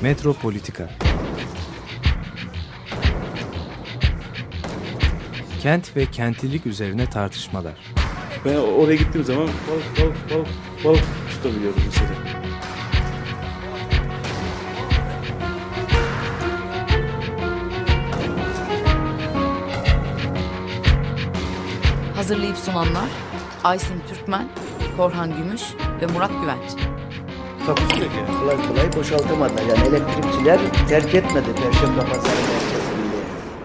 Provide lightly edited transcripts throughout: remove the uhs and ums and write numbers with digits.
Metropolitika. Kent ve kentlilik üzerine tartışmalar. Ben oraya gittiğim zaman balık tutabiliyorum mesela. Hazırlayıp sunanlar Aysin Türkmen, Korhan Gümüş ve Murat Güvenç. Takusu yok yani. Kolay kolay boşaltamadılar. Yani elektrikçiler terk etmedi Perşembe Pazarı merkezinde.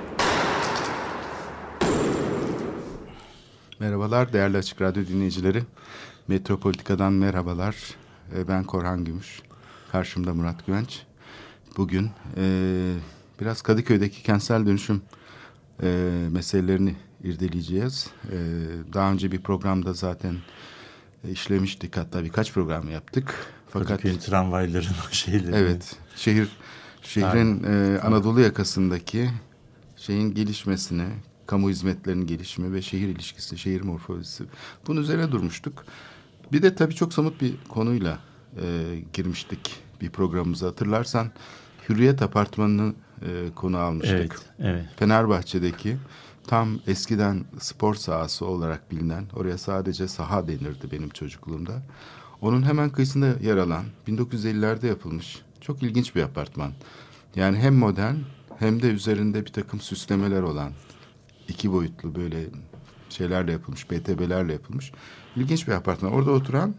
Merhabalar değerli Açık Radyo dinleyicileri. Metropolitika'dan merhabalar. Ben Korhan Gümüş. Karşımda Murat Güvenç. Bugün biraz Kadıköy'deki kentsel dönüşüm meselelerini irdeleyeceğiz. Daha önce bir programda zaten işlemiştik. Hatta birkaç program yaptık. Fakat Kadıköy'ün tramvayların o şeyleri. Evet. Şehrin Anadolu yakasındaki şeyin gelişmesine, kamu hizmetlerinin gelişimi ve şehir ilişkisi, şehir morfolojisi. Bunun üzerine durmuştuk. Bir de tabii çok somut bir konuyla girmiştik bir programımıza. Hatırlarsan Hürriyet Apartmanı'nı konu almıştık. Evet. Fenerbahçe'deki tam eskiden spor sahası olarak bilinen, oraya sadece saha denirdi benim çocukluğumda. Onun hemen kıyısında yer alan 1950'lerde yapılmış çok ilginç bir apartman. Yani hem modern hem de üzerinde bir takım süslemeler olan, iki boyutlu böyle şeylerle yapılmış, BTB'lerle yapılmış ilginç bir apartman. Orada oturan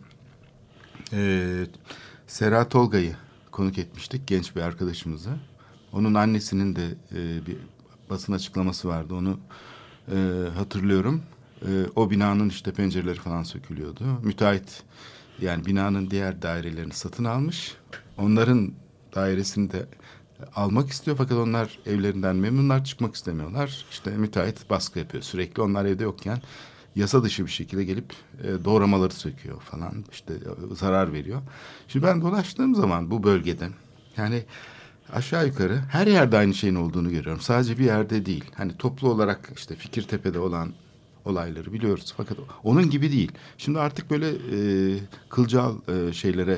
Serhat Tolga'yı konuk etmiştik, genç bir arkadaşımızı. Onun annesinin de bir basın açıklaması vardı, onu hatırlıyorum. O binanın işte pencereleri falan sökülüyordu. Müteahhit yani binanın diğer dairelerini satın almış. Onların dairesini de almak istiyor fakat onlar evlerinden memnunlar, çıkmak istemiyorlar. İşte müteahhit baskı yapıyor sürekli. Onlar evde yokken yasa dışı bir şekilde gelip doğramaları söküyor falan. İşte zarar veriyor. Şimdi ben dolaştığım zaman bu bölgede yani aşağı yukarı her yerde aynı şeyin olduğunu görüyorum. Sadece bir yerde değil. Hani toplu olarak işte Fikirtepe'de olan olayları biliyoruz. Fakat onun gibi değil. Şimdi artık böyle kılcal şeylere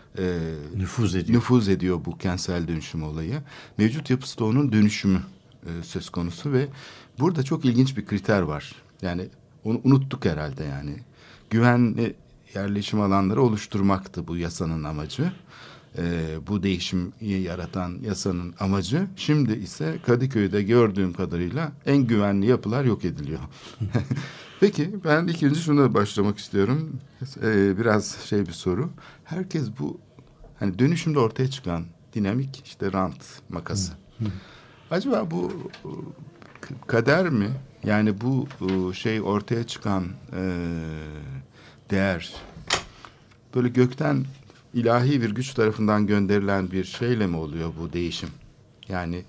nüfuz ediyor bu kentsel dönüşüm olayı. Mevcut yapısı da onun dönüşümü söz konusu ve burada çok ilginç bir kriter var. Yani onu unuttuk herhalde yani. Güvenli yerleşim alanları oluşturmaktı bu yasanın amacı. Bu değişimi yaratan yasanın amacı. Şimdi ise Kadıköy'de gördüğüm kadarıyla en güvenli yapılar yok ediliyor. Peki ben ikinci şuna başlamak istiyorum. Biraz bir soru. Herkes bu hani dönüşümde ortaya çıkan dinamik işte rant makası. Acaba bu kader mi? Yani bu ortaya çıkan değer böyle gökten ilahi bir güç tarafından gönderilen bir şeyle mi oluyor bu değişim? Yani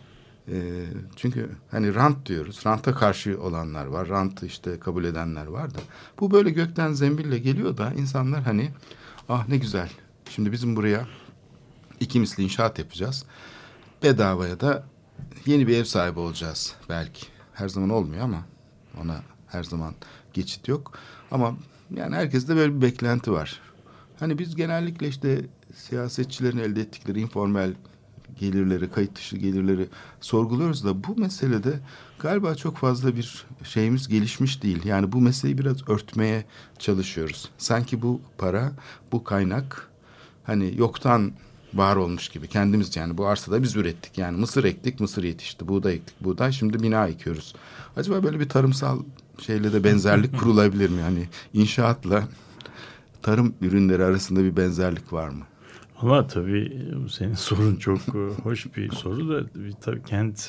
çünkü hani rant diyoruz. Ranta karşı olanlar var. Rantı işte kabul edenler var da. Bu böyle gökten zembille geliyor da insanlar hani ah ne güzel. Şimdi bizim buraya iki misli inşaat yapacağız. Bedavaya da yeni bir ev sahibi olacağız belki. Her zaman olmuyor ama ona her zaman geçit yok. Ama yani herkeste böyle bir beklenti var. Hani biz genellikle işte siyasetçilerin elde ettikleri informal gelirleri, kayıt dışı gelirleri sorguluyoruz da bu meselede galiba çok fazla bir şeyimiz gelişmiş değil. Yani bu meseleyi biraz örtmeye çalışıyoruz. Sanki bu para, bu kaynak hani yoktan var olmuş gibi. Kendimiz yani bu arsada biz ürettik. Yani mısır ektik, mısır yetişti. Buğday ektik, buğday. Şimdi bina ekiyoruz. Acaba böyle bir tarımsal şeyle de benzerlik kurulabilir mi? Yani inşaatla tarım ürünleri arasında bir benzerlik var mı? Ama tabii senin sorun çok hoş bir soru da tabii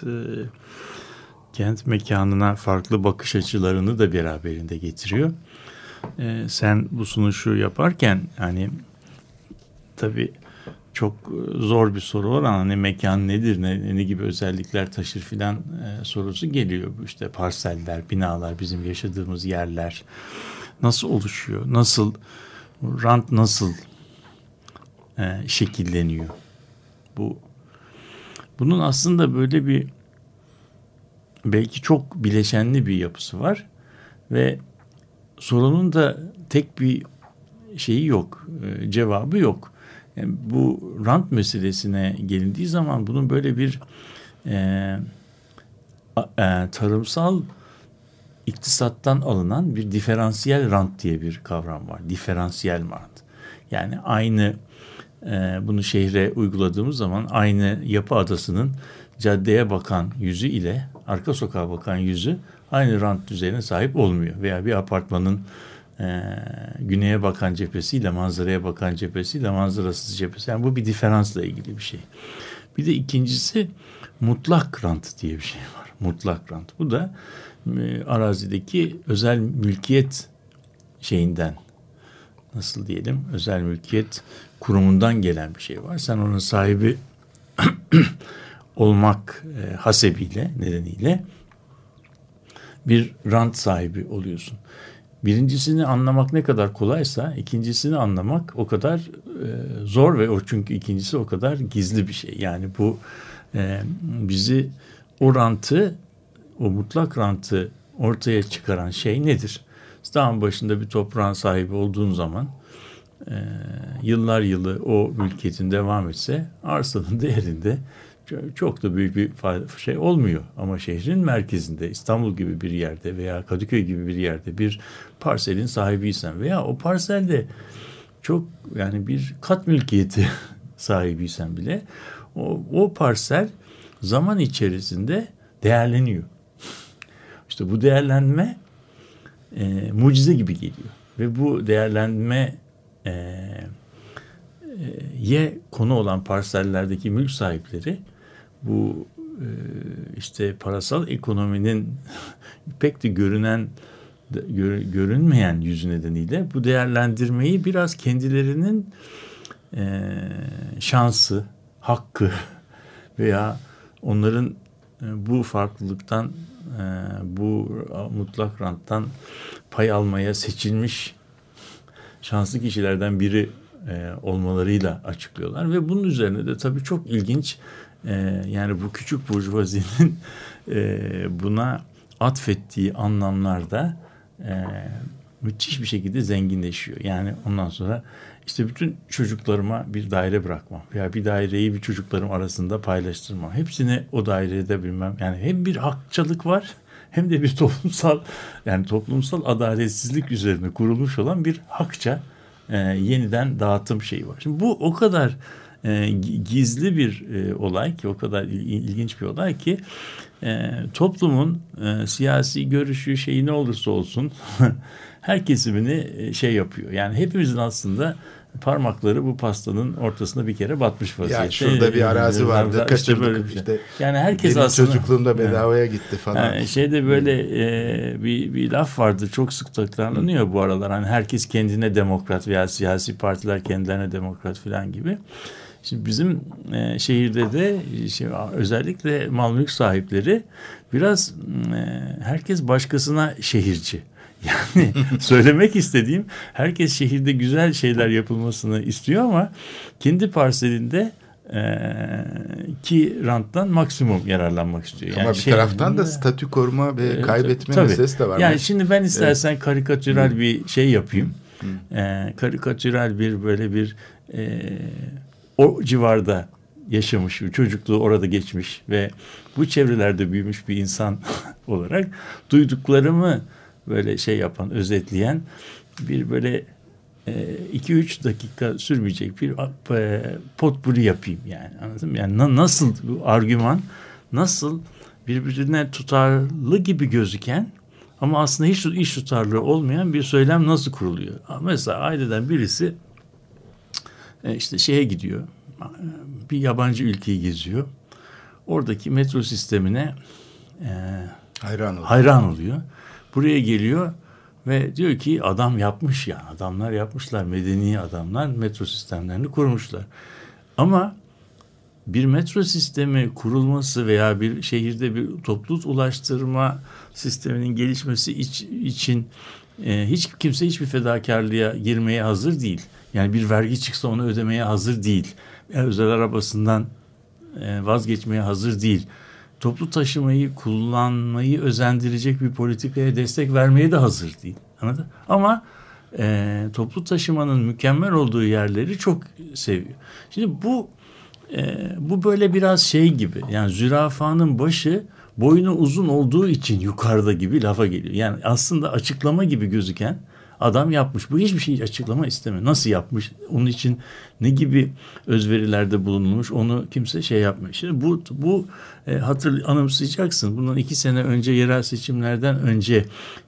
kent mekanına farklı bakış açılarını da beraberinde getiriyor. Sen bu sunuşu yaparken hani tabii çok zor bir soru var ama hani mekan nedir, ne gibi özellikler taşır filan sorusu geliyor. İşte parseller, binalar, bizim yaşadığımız yerler nasıl oluşuyor, rant nasıl şekilleniyor? Bunun aslında böyle bir belki çok bileşenli bir yapısı var ve sorunun da tek bir şeyi yok, cevabı yok. Yani bu rant meselesine gelindiği zaman bunun böyle bir tarımsal iktisattan alınan bir diferansiyel rant diye bir kavram var. Diferansiyel rant. Yani aynı bunu şehre uyguladığımız zaman aynı yapı adasının caddeye bakan yüzü ile arka sokağa bakan yüzü aynı rant düzeyine sahip olmuyor. Veya bir apartmanın güneye bakan cephesiyle manzaraya bakan cephesiyle manzarasız cephesi. Yani bu bir diferansla ilgili bir şey. Bir de ikincisi mutlak rant diye bir şey var. Mutlak rant. Bu da arazideki özel mülkiyet şeyinden, nasıl diyelim, özel mülkiyet kurumundan gelen bir şey var. Sen onun sahibi olmak hasebiyle, nedeniyle bir rant sahibi oluyorsun. Birincisini anlamak ne kadar kolaysa ikincisini anlamak o kadar zor ve o çünkü ikincisi o kadar gizli bir şey. Yani bu bizi o rantı, o mutlak rantı ortaya çıkaran şey nedir? Dağın başında bir toprağın sahibi olduğun zaman yıllar yılı o mülkiyetin devam etse arsanın değerinde çok da büyük bir şey olmuyor. Ama şehrin merkezinde, İstanbul gibi bir yerde veya Kadıköy gibi bir yerde bir parselin sahibiysen veya o parselde çok, yani bir kat mülkiyeti sahibiysen bile o parsel zaman içerisinde değerleniyor. İşte bu değerlenme mucize gibi geliyor. Ve bu değerlenme konu olan parsellerdeki mülk sahipleri bu işte parasal ekonominin pek de görünmeyen yüzü nedeniyle bu değerlendirmeyi biraz kendilerinin şansı, hakkı veya onların bu farklılıktan, bu mutlak ranttan pay almaya seçilmiş şanslı kişilerden biri olmalarıyla açıklıyorlar. Ve bunun üzerine de tabii çok ilginç, yani bu küçük burjuvazinin buna atfettiği anlamlarda müthiş bir şekilde zenginleşiyor. Yani ondan sonra işte bütün çocuklarıma bir daire bırakmam veya bir daireyi bir çocuklarım arasında paylaştırmam. Hepsini o dairede bilmem. Yani hem bir hakçılık var hem de bir toplumsal adaletsizlik üzerine kurulmuş olan bir hakça yeniden dağıtım şeyi var. Şimdi bu o kadar gizli bir olay ki, o kadar ilginç bir olay ki toplumun siyasi görüşü şeyi ne olursa olsun her kesimini şey yapıyor. Yani hepimizin aslında parmakları bu pastanın ortasına bir kere batmış vaziyette. Ya şurada bir arazi vardı, kaçırdık işte. Yani herkes benim aslında çocukluğumda bedavaya gitti falan. Yani şeyde böyle bir laf vardı, çok sık tekrarlanıyor bu aralar. Hani herkes kendine demokrat veya siyasi partiler kendilerine demokrat falan gibi. Şimdi bizim şehirde de özellikle mal mülk sahipleri biraz herkes başkasına şehirci. Yani söylemek istediğim, herkes şehirde güzel şeyler yapılmasını istiyor ama kendi parselinde ki ranttan maksimum yararlanmak istiyor. Ama yani bir taraftan da statü koruma ve kaybetme tabii meselesi de var. Yani şimdi ben istersen karikatürel bir şey yapayım. Karikatürel bir böyle bir o civarda yaşamış, çocukluğu orada geçmiş ve bu çevrelerde büyümüş bir insan olarak duyduklarımı böyle şey yapan, özetleyen bir böyle 2-3 dakika sürmeyecek bir potpourri yapayım yani, anladın mı? Yani nasıl bu argüman, nasıl birbirine tutarlı gibi gözüken ama aslında hiç iş tutarlı olmayan bir söylem nasıl kuruluyor? Mesela aileden birisi işte şeye gidiyor, bir yabancı ülkeyi geziyor. Oradaki metro sistemine hayran oluyor. Buraya geliyor ve diyor ki adam yapmış ya, adamlar yapmışlar, medeni adamlar metro sistemlerini kurmuşlar. Ama bir metro sistemi kurulması veya bir şehirde bir toplu ulaştırma sisteminin gelişmesi için hiç kimse hiçbir fedakarlığa girmeye hazır değil. Yani bir vergi çıksa onu ödemeye hazır değil. Özel arabasından vazgeçmeye hazır değil. Toplu taşımayı kullanmayı özendirecek bir politikaya destek vermeye de hazır değil. Anladın? Ama toplu taşımanın mükemmel olduğu yerleri çok seviyor. Şimdi bu böyle biraz şey gibi, yani zürafanın başı boynu uzun olduğu için yukarıda gibi lafa geliyor. Yani aslında açıklama gibi gözüken adam yapmış. Bu hiçbir şey açıklama istemiyor. Nasıl yapmış? Onun için ne gibi özverilerde bulunmuş? Onu kimse şey yapmıyor. Şimdi bu anımsayacaksın. Bundan 2 sene önce, yerel seçimlerden önce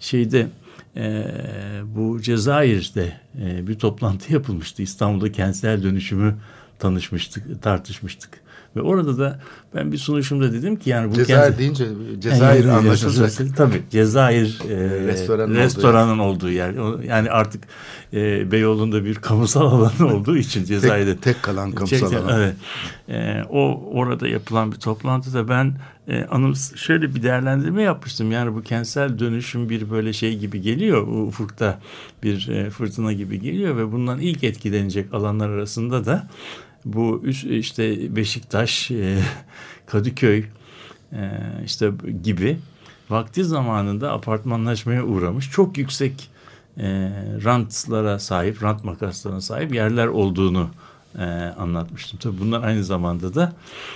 bu Cezayir'de bir toplantı yapılmıştı. İstanbul'da kentsel dönüşümü tartışmıştık. Ve orada da ben bir sunuşumda dedim ki yani bu Cezayir deyince Cezayir anlaşılacak. Tabii Cezayir restoranın olduğu olduğu yer. Yani artık Beyoğlu'nda bir kamusal alan olduğu için Cezayir'de tek kalan kamusal alan. Evet. Orada yapılan bir toplantıda ben şöyle bir değerlendirme yapmıştım. Yani bu kentsel dönüşüm bir böyle şey gibi geliyor. Ufukta bir fırtına gibi geliyor ve bundan ilk etkilenecek alanlar arasında da bu işte Beşiktaş, Kadıköy işte gibi vakti zamanında apartmanlaşmaya uğramış çok yüksek rantlara sahip, rant makaslarına sahip yerler olduğunu anlatmıştım. Tabii bunlar aynı zamanda da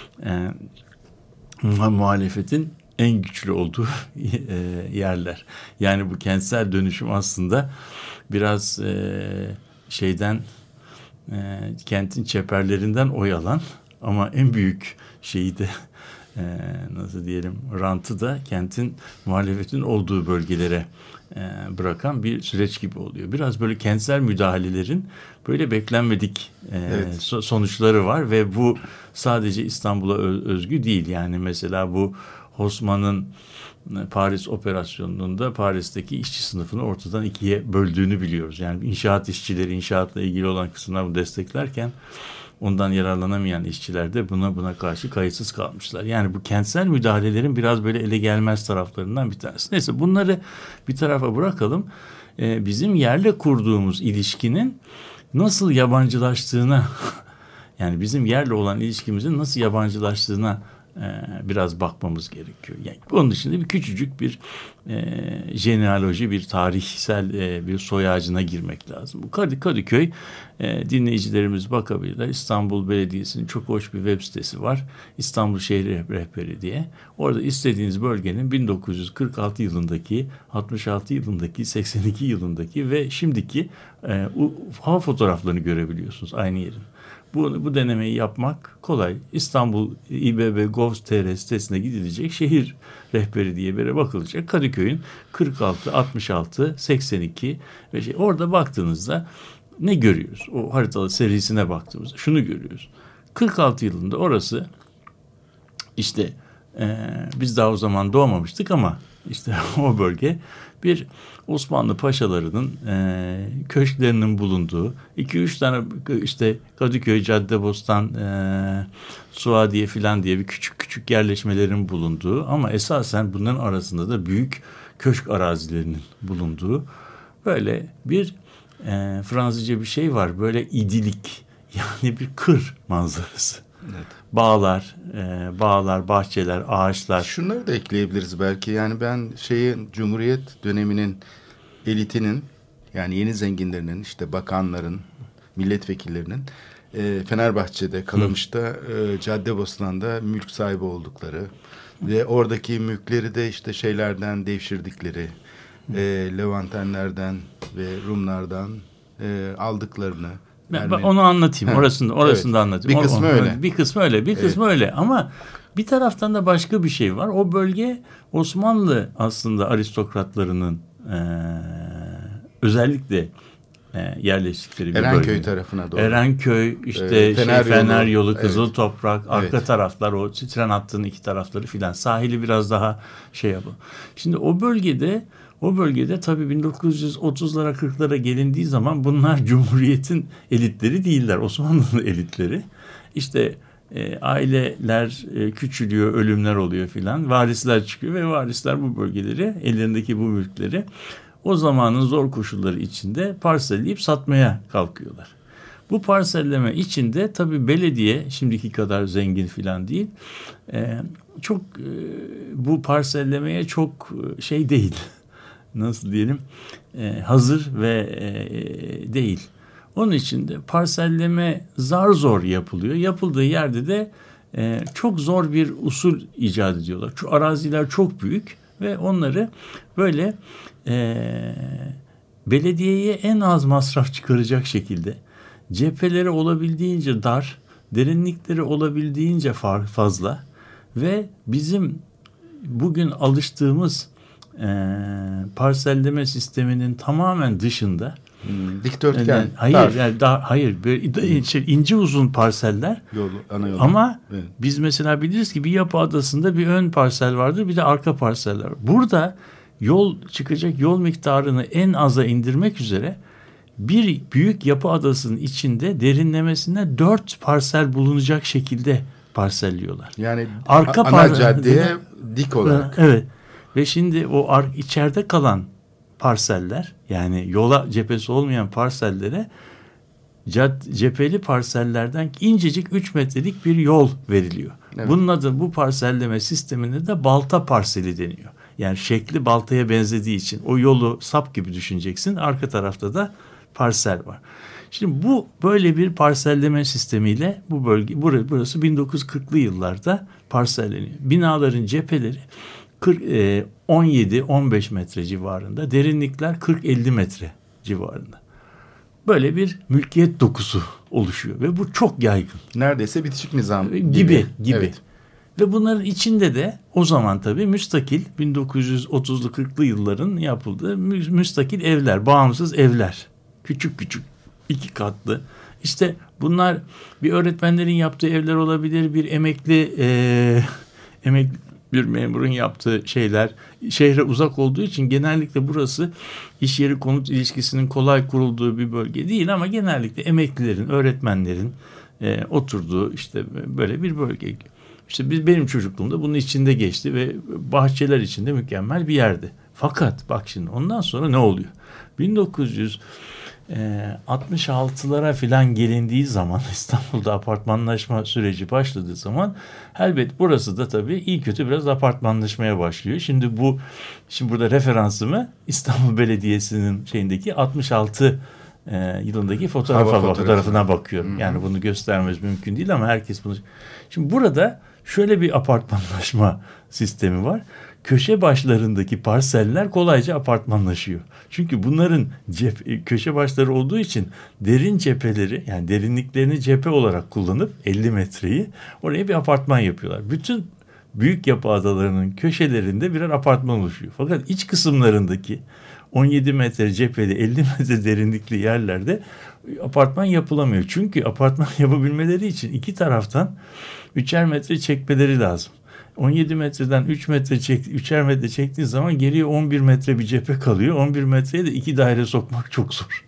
muhalefetin en güçlü olduğu yerler. Yani bu kentsel dönüşüm aslında biraz kentin çeperlerinden oy alan ama en büyük şeyi de nasıl diyelim rantı da kentin muhalefetin olduğu bölgelere bırakan bir süreç gibi oluyor. Biraz böyle kentsel müdahalelerin böyle beklenmedik sonuçları var ve bu sadece İstanbul'a özgü değil. Yani mesela bu Haussmann'ın Paris operasyonunda Paris'teki işçi sınıfını ortadan 2'ye böldüğünü biliyoruz. Yani inşaat işçileri, inşaatla ilgili olan kısımlar bunu desteklerken ondan yararlanamayan işçiler de buna karşı kayıtsız kalmışlar. Yani bu kentsel müdahalelerin biraz böyle ele gelmez taraflarından bir tanesi. Neyse bunları bir tarafa bırakalım. Bizim yerle kurduğumuz ilişkinin nasıl yabancılaştığına yani bizim yerle olan ilişkimizin nasıl yabancılaştığına biraz bakmamız gerekiyor. Yani onun dışında bir küçücük bir jenealoji, bir tarihsel bir soy ağacına girmek lazım. Bu Kadıköy dinleyicilerimiz bakabilirler. İstanbul Belediyesi'nin çok hoş bir web sitesi var. İstanbul Şehri Rehberi diye. Orada istediğiniz bölgenin 1946 yılındaki, 66 yılındaki, 82 yılındaki ve şimdiki hava fotoğraflarını görebiliyorsunuz aynı yerin. Bu denemeyi yapmak kolay. İstanbul İBB Gov.tr sitesine gidilecek. Şehir rehberi diye bir yere bakılacak. Kadıköy'ün 46, 66, 82 ve orada baktığınızda ne görüyoruz? O haritalı serisine baktığımızda şunu görüyoruz. 46 yılında orası işte biz daha o zaman doğmamıştık ama işte o bölge bir Osmanlı paşalarının köşklerinin bulunduğu 2-3 tane işte Kadıköy, Caddebostan, Suadiye filan diye bir küçük yerleşmelerin bulunduğu ama esasen bunların arasında da büyük köşk arazilerinin bulunduğu böyle bir Fransızca bir şey var. Böyle idilik yani bir kır manzarası. Evet. Bağlar, bahçeler, ağaçlar. Şunları da ekleyebiliriz belki. Yani ben Cumhuriyet döneminin elitinin yani yeni zenginlerinin işte bakanların, milletvekillerinin Fenerbahçe'de, Kalamış'ta, Caddebostan'da mülk sahibi oldukları ve oradaki mülkleri de işte şeylerden devşirdikleri, Levantenlerden ve Rumlardan aldıklarını. Ben onu anlatayım. Orasını evet. Da anlatayım. Bir kısmı öyle. Bir kısmı öyle. Ama bir taraftan da başka bir şey var. O bölge Osmanlı aslında aristokratlarının özellikle yerleştikleri bir Erenköy bölge. Tarafına doğru. Erenköy, işte Fener yolu, Kızıl evet. Toprak, arka taraflar, o tren hattının 2 tarafları filan. Sahili biraz daha yapalım. Şimdi o bölgede tabii 1930'lara 40'lara gelindiği zaman bunlar Cumhuriyet'in elitleri değiller. Osmanlı'nın elitleri. İşte aileler küçülüyor, ölümler oluyor filan. Varisler çıkıyor ve varisler bu bölgeleri, ellerindeki bu mülkleri o zamanın zor koşulları içinde parselleyip satmaya kalkıyorlar. Bu parselleme içinde tabii belediye şimdiki kadar zengin filan değil. Çok bu parsellemeye çok değil. nasıl diyelim hazır ve değil. Onun için de parselleme zar zor yapılıyor. Yapıldığı yerde de çok zor bir usul icat ediyorlar. Şu araziler çok büyük ve onları böyle belediyeye en az masraf çıkaracak şekilde cepheleri olabildiğince dar, derinlikleri olabildiğince fazla ve bizim bugün alıştığımız parselleme sisteminin tamamen dışında Dikdörtgen. Hayır böyle ince uzun parseller. Ana yolu. Ama evet. Biz mesela biliriz ki bir yapı adasında bir ön parsel vardır, bir de arka parseller var. Burada çıkacak yol miktarını en aza indirmek üzere bir büyük yapı adasının içinde derinlemesine 4 parsel bulunacak şekilde parselliyorlar. Yani arka ana caddeye dik olarak. Evet. Ve şimdi o içeride kalan parseller, yani yola cephesi olmayan parsellere cepheli parsellerden incecik 3 metrelik bir yol veriliyor. Evet. Bunun adı, bu parselleme sistemine de balta parseli deniyor. Yani şekli baltaya benzediği için o yolu sap gibi düşüneceksin. Arka tarafta da parsel var. Şimdi bu böyle bir parselleme sistemiyle bu bölge, burası 1940'lı yıllarda parselleniyor. Binaların cepheleri 17-15 metre civarında, derinlikler 40-50 metre civarında. Böyle bir mülkiyet dokusu oluşuyor ve bu çok yaygın. Neredeyse bitişik nizam gibi. Evet. Ve bunların içinde de o zaman tabii müstakil 1930'lu 40'lı yılların yapıldığı müstakil evler, bağımsız evler. Küçük küçük 2 katlı. İşte bunlar bir öğretmenlerin yaptığı evler olabilir, bir emekli bir memurun yaptığı şeyler. Şehre uzak olduğu için genellikle burası iş yeri konut ilişkisinin kolay kurulduğu bir bölge değil ama genellikle emeklilerin, öğretmenlerin oturduğu işte böyle bir bölge. İşte benim çocukluğumda bunun içinde geçti ve bahçeler içinde mükemmel bir yerdi. Fakat bak şimdi ondan sonra ne oluyor? 1966'lara filan gelindiği zaman, İstanbul'da apartmanlaşma süreci başladığı zaman elbet burası da tabii iyi kötü biraz apartmanlaşmaya başlıyor. Şimdi burada referansımı İstanbul Belediyesi'nin şeyindeki 66 yılındaki fotoğrafına bakıyorum. Hmm. Yani bunu göstermemiz mümkün değil ama herkes bunu... Şimdi burada şöyle bir apartmanlaşma sistemi var. Köşe başlarındaki parseller kolayca apartmanlaşıyor. Çünkü bunların köşe başları olduğu için derin cepheleri, yani derinliklerini cephe olarak kullanıp 50 metreyi oraya bir apartman yapıyorlar. Bütün büyük yapı adalarının köşelerinde birer apartman oluşuyor. Fakat iç kısımlarındaki 17 metre cepheli 50 metre derinlikli yerlerde apartman yapılamıyor. Çünkü apartman yapabilmeleri için iki taraftan 3'er metre çekmeleri lazım. 17 metreden 3'er metre çektiği zaman geriye 11 metre bir cephe kalıyor. 11 metreye de 2 daire sokmak çok zor.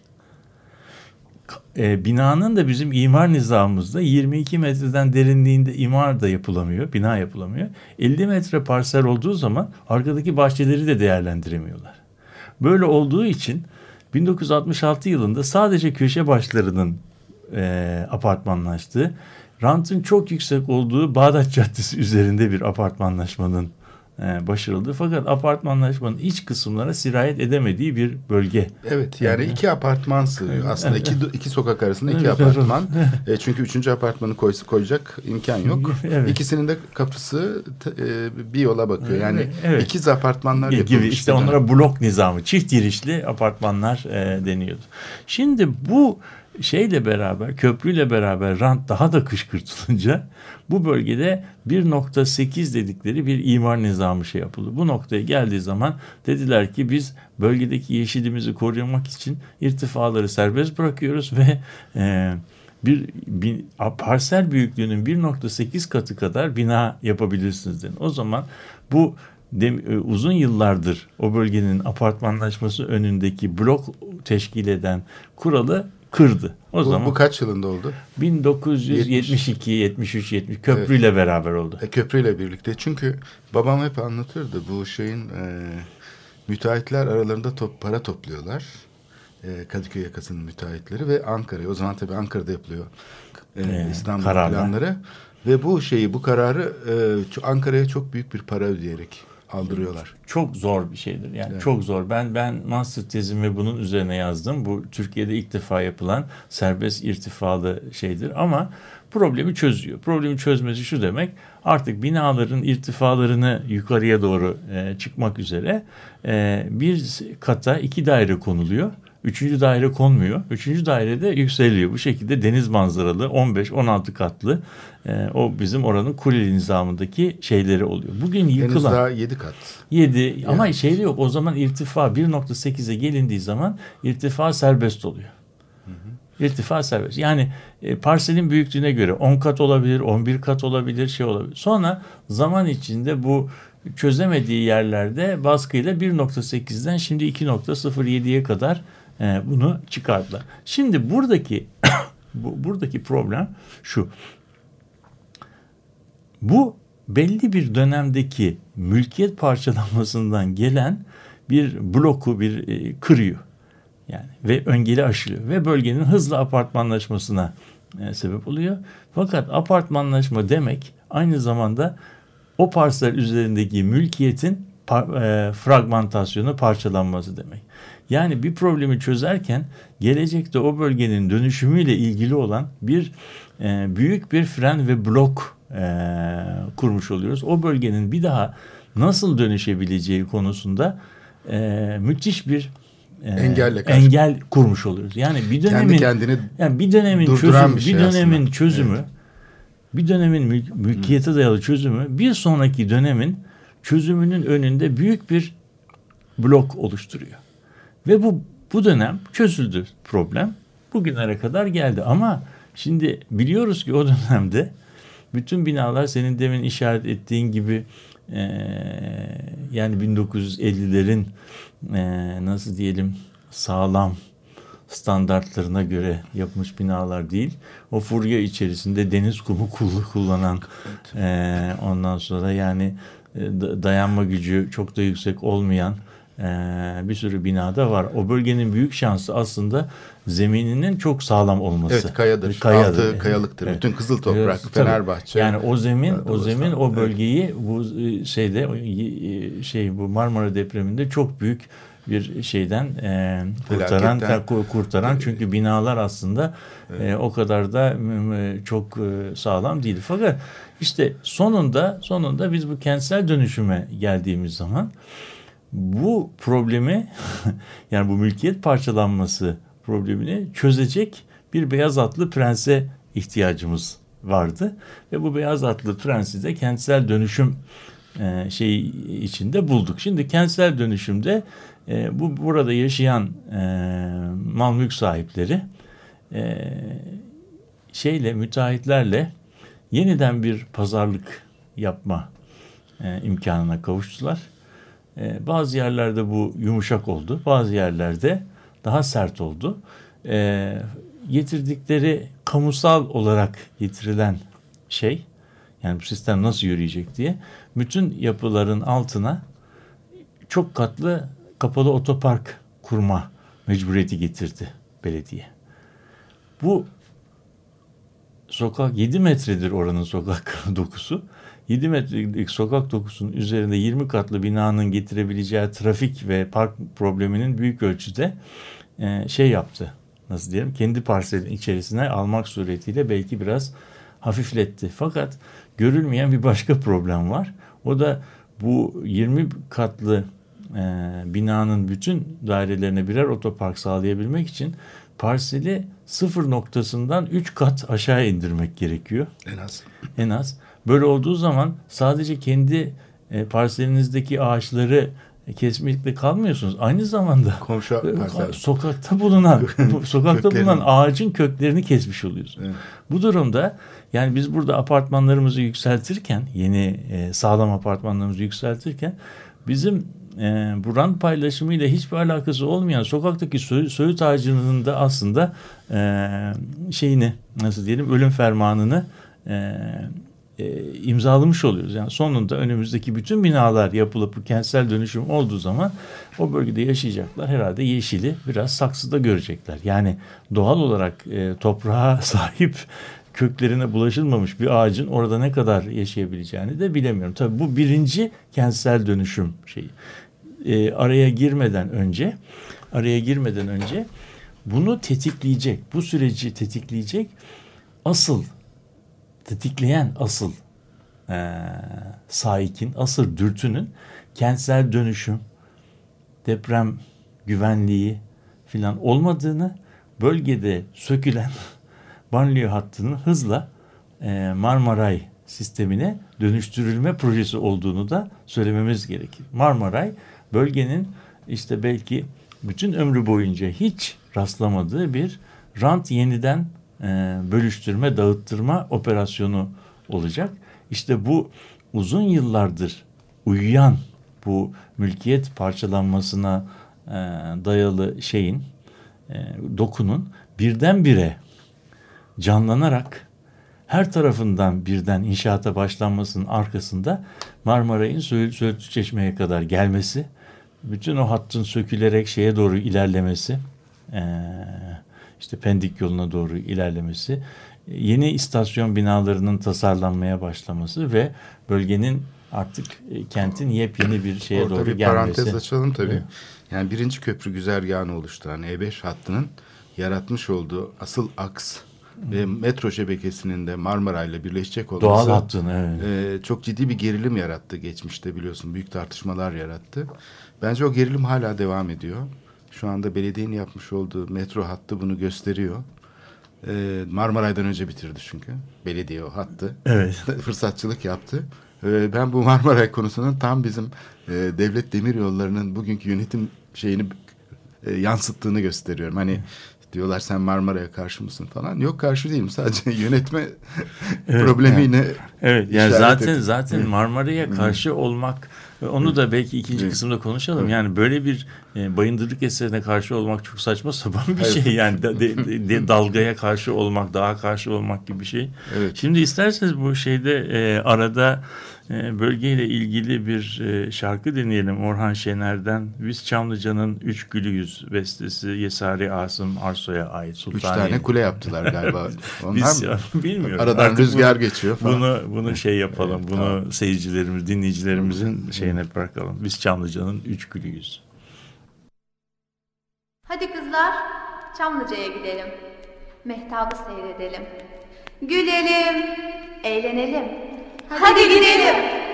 Binanın da bizim imar nizamımızda 22 metreden derinliğinde imar da yapılamıyor, bina yapılamıyor. 50 metre parsel olduğu zaman arkadaki bahçeleri de değerlendiremiyorlar. Böyle olduğu için 1966 yılında sadece köşe başlarının apartmanlaştığı, rantın çok yüksek olduğu Bağdat Caddesi üzerinde bir apartmanlaşmanın başarıldı. Fakat apartmanlaşmanın iç kısımlara sirayet edemediği bir bölge. Evet, yani iki apartman sığıyor. Aslında iki sokak arasında iki apartman. Çünkü 3. apartmanı koyacak imkan yok. Evet. İkisinin de kapısı bir yola bakıyor. Yani ikiz apartmanlar gibi. İşte onlara blok nizamı, çift girişli apartmanlar deniyordu. Şimdi bu şeyle beraber, köprüyle beraber rant daha da kışkırtılınca bu bölgede 1.8 dedikleri bir imar nizamı yapıldı. Bu noktaya geldiği zaman dediler ki biz bölgedeki yeşilimizi korumak için irtifaları serbest bırakıyoruz ve bir parsel büyüklüğünün 1.8 katı kadar bina yapabilirsiniz dedi. O zaman bu uzun yıllardır o bölgenin apartmanlaşması önündeki blok teşkil eden kuralı kırdı. Bu kaç yılında oldu? 1972, 73, 70 köprüyle beraber oldu. Köprüyle birlikte. Çünkü babam hep anlatırdı bu şeyin müteahhitler aralarında para topluyorlar. Kadıköy yakasının müteahhitleri ve Ankara'ya. O zaman tabii Ankara'da yapılıyor İstanbul planları. Ve bu kararı Ankara'ya çok büyük bir para ödeyerek aldırıyorlar. Çok zor bir şeydir. Yani Evet. çok zor. Ben master tezimi bunun üzerine yazdım. Bu Türkiye'de ilk defa yapılan serbest irtifalı şeydir ama problemi çözüyor. Problemi çözmesi şu demek: artık binaların irtifalarını yukarıya doğru çıkmak üzere bir kata 2 daire konuluyor. 3. daire konmuyor. 3. dairede yükseliyor. Bu şekilde deniz manzaralı 15-16 katlı o bizim oranın kuleli nizamındaki şeyleri oluyor. Bugün Henüz yıkılan daha 7 kat. 7 ama şeyde yok. O zaman irtifa 1.8'e gelindiği zaman irtifa serbest oluyor. İrtifa serbest. Yani parselin büyüklüğüne göre 10 kat olabilir, 11 kat olabilir, şey olabilir. Sonra zaman içinde bu çözemediği yerlerde baskıyla 1.8'den şimdi 2.07'ye kadar bunu çıkardılar. Şimdi buradaki problem şu. Bu belli bir dönemdeki mülkiyet parçalanmasından gelen bir bloku kırıyor. Yani ve öngeli aşılıyor ve bölgenin hızlı apartmanlaşmasına sebep oluyor. Fakat apartmanlaşma demek aynı zamanda o parsel üzerindeki mülkiyetin fragmentasyonu, parçalanması demek. Yani bir problemi çözerken gelecekte o bölgenin dönüşümüyle ilgili olan büyük bir fren ve blok kurmuş oluyoruz. O bölgenin bir daha nasıl dönüşebileceği konusunda müthiş bir engel kurmuş oluyoruz. Yani bir dönemin mülkiyete dayalı çözümü bir sonraki dönemin çözümünün önünde büyük bir blok oluşturuyor. Ve bu dönem çözüldü problem. Bugünlere kadar geldi ama şimdi biliyoruz ki o dönemde bütün binalar senin demin işaret ettiğin gibi yani 1950'lerin nasıl diyelim sağlam standartlarına göre yapılmış binalar değil. O furya içerisinde deniz kumu kullanan ondan sonra yani dayanma gücü çok da yüksek olmayan bir sürü binada var. O bölgenin büyük şansı aslında zemininin çok sağlam olması. Evet, kayadır. Altı kayalıktır. Evet. Bütün kızıl toprak, evet, Fenerbahçe. Yani o bölgeyi bu bu Marmara depreminde çok büyük bir şeyden kurtaran çünkü binalar aslında o kadar da çok sağlam değil. Fakat işte sonunda biz bu kentsel dönüşüme geldiğimiz zaman bu problemi yani bu mülkiyet parçalanması problemini çözecek bir beyaz atlı prense ihtiyacımız vardı ve bu beyaz atlı prensi de kentsel dönüşüm içinde bulduk. Şimdi kentsel dönüşümde burada yaşayan mal mülk sahipleri müteahhitlerle yeniden bir pazarlık yapma imkanına kavuştular. Bazı yerlerde bu yumuşak oldu, bazı yerlerde daha sert oldu. Getirdikleri kamusal olarak getirilen yani bu sistem nasıl yürüyecek diye bütün yapıların altına çok katlı kapalı otopark kurma mecburiyeti getirdi belediye. Bu sokak 7 metredir oranın sokak dokusu. 7 metrelik sokak dokusunun üzerinde 20 katlı binanın getirebileceği trafik ve park probleminin büyük ölçüde yaptı. Nasıl diyelim? Kendi parselin içerisine almak suretiyle belki biraz hafifletti. Fakat görülmeyen bir başka problem var. O da bu 20 katlı binanın bütün dairelerine birer otopark sağlayabilmek için parseli 0 noktasından 3 kat aşağı indirmek gerekiyor. En az. Böyle olduğu zaman sadece kendi parselinizdeki ağaçları kesmekle kalmıyorsunuz. Aynı zamanda sokakta bulunan ağacın köklerini kesmiş oluyorsunuz. Evet. Bu durumda yani biz burada apartmanlarımızı yükseltirken yeni sağlam apartmanlarımızı yükseltirken bizim bu rant paylaşımıyla hiçbir alakası olmayan sokaktaki söğüt ağacının da aslında ölüm fermanını imzalamış oluyoruz. Yani sonunda önümüzdeki bütün binalar yapılıp bu kentsel dönüşüm olduğu zaman o bölgede yaşayacaklar herhalde yeşili biraz saksıda görecekler. Yani doğal olarak toprağa sahip köklerine bulaşılmamış bir ağacın orada ne kadar yaşayabileceğini de bilemiyorum. Tabii bu birinci kentsel dönüşüm şeyi. Araya girmeden önce bunu tetikleyecek, bu süreci tetikleyecek tetikleyen asıl saikin, asıl dürtünün kentsel dönüşüm, deprem güvenliği filan olmadığını, bölgede sökülen banliyö hattının hızla Marmaray sistemine dönüştürülme projesi olduğunu da söylememiz gerekir. Marmaray bölgenin işte belki bütün ömrü boyunca hiç rastlamadığı bir rant yeniden bölüştürme, dağıttırma operasyonu olacak. İşte bu uzun yıllardır uyuyan bu mülkiyet parçalanmasına dayalı dokunun birdenbire canlanarak her tarafından birden inşaata başlanmasının arkasında Marmaray'ın Söğütlü Çeşme'ye kadar gelmesi, bütün o hattın sökülerek şeye doğru ilerlemesi, işte Pendik yoluna doğru ilerlemesi, yeni istasyon binalarının tasarlanmaya başlaması ve bölgenin artık kentin yepyeni bir şeye Orada doğru bir gelmesi. parantez açalım tabii. Evet. Yani birinci köprü güzergahını oluşturan E5 hattının yaratmış olduğu asıl aks ve metro şebekesinin de Marmaray'la birleşecek olması Doğal hattın, evet. Çok ciddi bir gerilim yarattı geçmişte, biliyorsun. Büyük tartışmalar yarattı. Bence o gerilim hala devam ediyor. Şu anda belediyenin yapmış olduğu metro hattı bunu gösteriyor. Marmaray'dan önce bitirdi çünkü. Belediye o hattı. Evet. Fırsatçılık yaptı. Ben bu Marmaray konusunun tam bizim devlet demiryollarının bugünkü yönetim şeyini yansıttığını gösteriyorum. Hani diyorlar sen Marmaray'a karşı mısın falan. Yok, karşı değilim. Sadece yönetme problemiyle Evet, yani işaret zaten Marmaray'a karşı olmak, onu da belki ikinci kısımda konuşalım. Yani böyle bir bayındırlık eserine karşı olmak çok saçma sapan bir şey. Yani dalgaya karşı olmak, dağa karşı olmak gibi bir şey. Evet. Şimdi isterseniz bu şeyde arada bölgeyle ilgili bir şarkı deneyelim. Orhan Şener'den Biz Çamlıca'nın Üç Gülüyüz bestesi, Yesari Asım Arsoy'a ait. Sultaniye. 3 tane kule yaptılar galiba. Biz bilmiyorum. Aradan Artık rüzgar geçiyor falan. Bunu şey yapalım. Evet, bunu tamam. seyircilerimiz, dinleyicilerimizin şeyine bırakalım. Biz Çamlıca'nın Üç Gülüyüz. Hadi kızlar, Çamlıca'ya gidelim. Mehtabı seyredelim. Gülelim, eğlenelim. Hadi gidelim.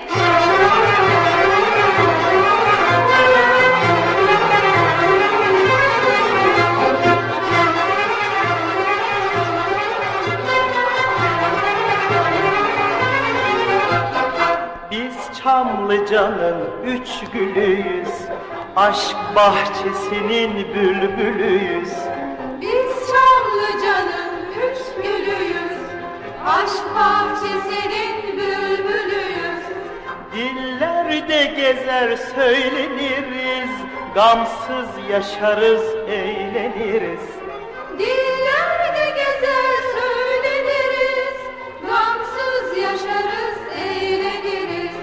Biz Çamlıca'nın üç gülüyüz, aşk bahçesinin bülbülüyüz. Biz Çamlıca'nın üç gülüyüz, aşk bahçesinin bülbülüyüz. Dillerde gezer söyleniriz, gamsız yaşarız, eğleniriz. Dillerde gezer söyleniriz, gamsız yaşarız, eğleniriz.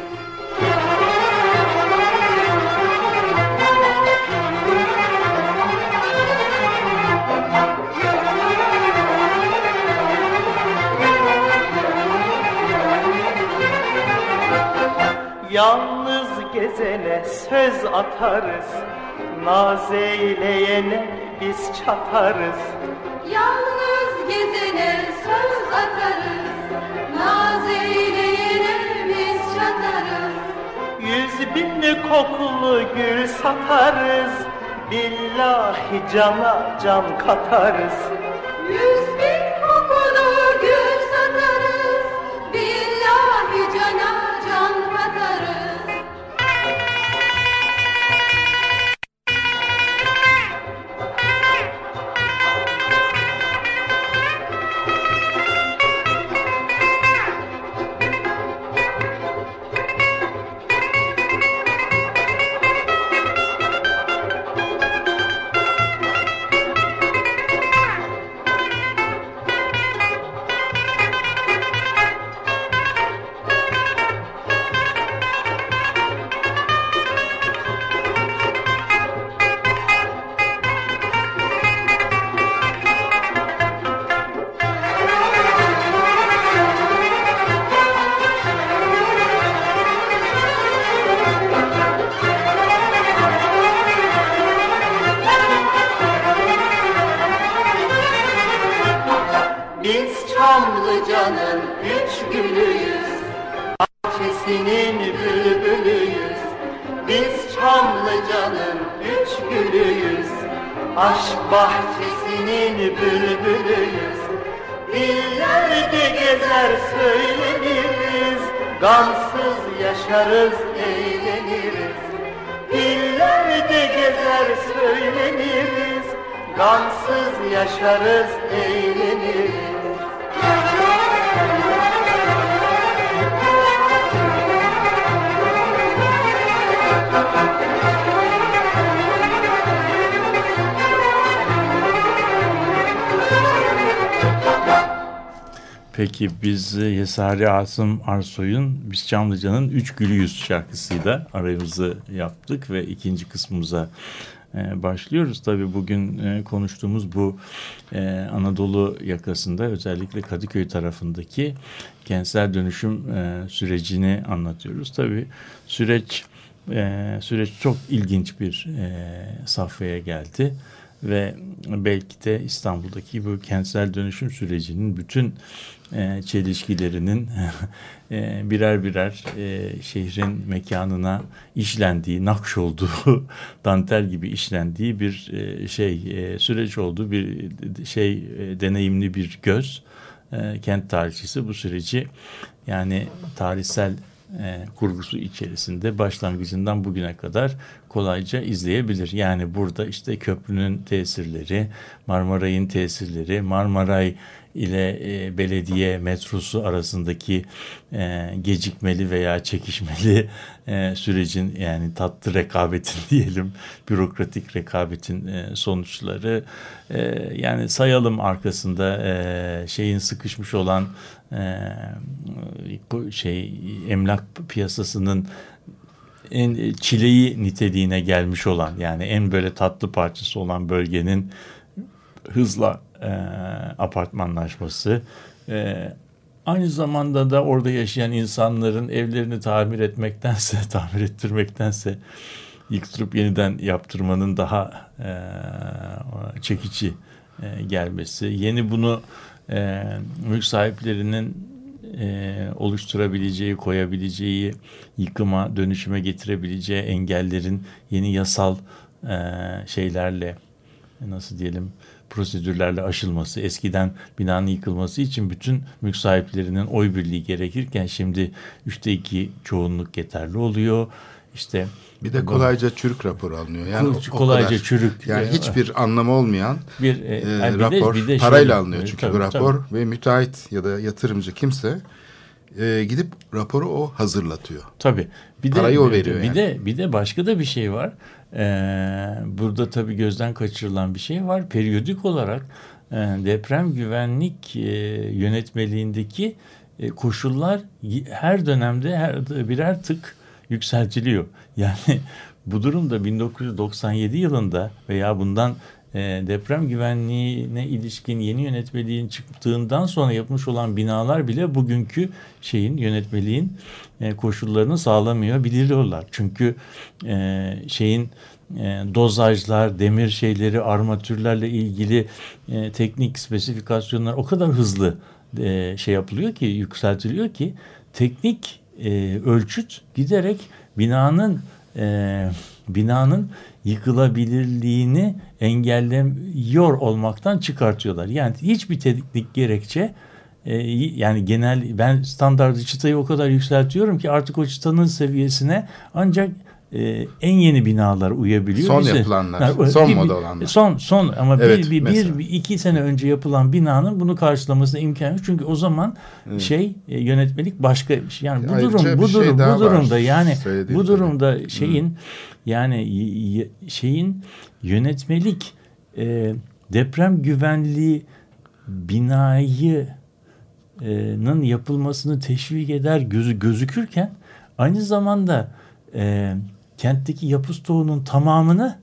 Yalnız gezene söz atarız, naz eyleyene biz çatarız. Yalnız gezene söz atarız, naz eyleyene biz çatarız. 100.000 kokulu gül satarız, billahi cana can katarız. 100.000 kokulu gül satarız, billahi cana can katarız. Çamlıca'nın üç gülüyüz, aşk bahçesinin bülbülüyüz. Dillerde gezer söyleniriz, gamsız yaşarız eğleniriz. Dillerde gezer söyleniriz, gamsız yaşarız eğleniriz. Peki biz Yesari Asım Arsoy'un Biz Çamlıca'nın Üç Gülüyüz şarkısıyla aramızı yaptık ve ikinci kısmımıza başlıyoruz. Tabii bugün konuştuğumuz bu Anadolu yakasında özellikle Kadıköy tarafındaki kentsel dönüşüm sürecini anlatıyoruz. Tabii süreç çok ilginç bir safhaya geldi. Ve belki de İstanbul'daki bu kentsel dönüşüm sürecinin bütün çelişkilerinin birer birer şehrin mekanına işlendiği, nakş olduğu, dantel gibi işlendiği bir süreç olduğu bir deneyimli bir göz. Kent tarihçisi bu süreci yani tarihsel kurgusu içerisinde başlangıcından bugüne kadar kolayca izleyebilir. Yani burada işte köprünün tesirleri, Marmaray'ın tesirleri, Marmaray ile belediye metrosu arasındaki gecikmeli veya çekişmeli sürecin yani tatlı rekabetin diyelim, bürokratik rekabetin sonuçları yani sayalım arkasında şeyin sıkışmış olan emlak piyasasının en çileyi niteliğine gelmiş olan yani en böyle tatlı parçası olan bölgenin hızla apartmanlaşması, aynı zamanda da orada yaşayan insanların evlerini tamir ettirmektense yıktırıp yeniden yaptırmanın daha çekici gelmesi, yeni bunu mülk sahiplerinin oluşturabileceği, koyabileceği, yıkıma, dönüşüme getirebileceği engellerin yeni yasal şeylerle, nasıl diyelim, prosedürlerle aşılması, eskiden binanın yıkılması için bütün mülk sahiplerinin oy birliği gerekirken şimdi 3'te 2 çoğunluk yeterli oluyor. İşte bir de kolayca çürük rapor alınıyor. Yani kolayca kadar, çürük. Yani hiçbir anlamı olmayan bir rapor bir de parayla alınıyor çünkü tabii, bu rapor ve müteahhit ya da yatırımcı kimse gidip raporu o hazırlatıyor. Tabii. Parayı o veriyor Bir de başka da bir şey var. Burada tabii gözden kaçırılan bir şey var. Periyodik olarak deprem güvenlik yönetmeliğindeki koşullar her dönemde birer tık yükseltiliyor. Yani bu durumda 1997 yılında veya bundan deprem güvenliğine ilişkin yeni yönetmeliğin çıktığından sonra yapılmış olan binalar bile bugünkü yönetmeliğin koşullarını sağlamıyor biliyorlar. Çünkü dozajlar, demir şeyleri, armatürlerle ilgili teknik spesifikasyonlar o kadar hızlı yapılıyor ki, yükseltiliyor ki teknik ölçüt giderek binanın yıkılabilirliğini engellemiyor olmaktan çıkartıyorlar. Yani hiçbir teknik gerekçe yani ben standart çıtayı o kadar yükseltiyorum ki artık o çıtanın seviyesine ancak en yeni binalar uyabiliyor. Son yapılanlar, son moda olanlar. Son ama evet, iki sene önce yapılan binanın bunu karşılamasına imkan yok. Çünkü o zaman yönetmelik başka bir şey. Yani bu durumda yani bu durumda yönetmelik deprem güvenliği binanın yapılmasını teşvik eder gözükürken aynı zamanda kentteki yapı stoğunun tamamını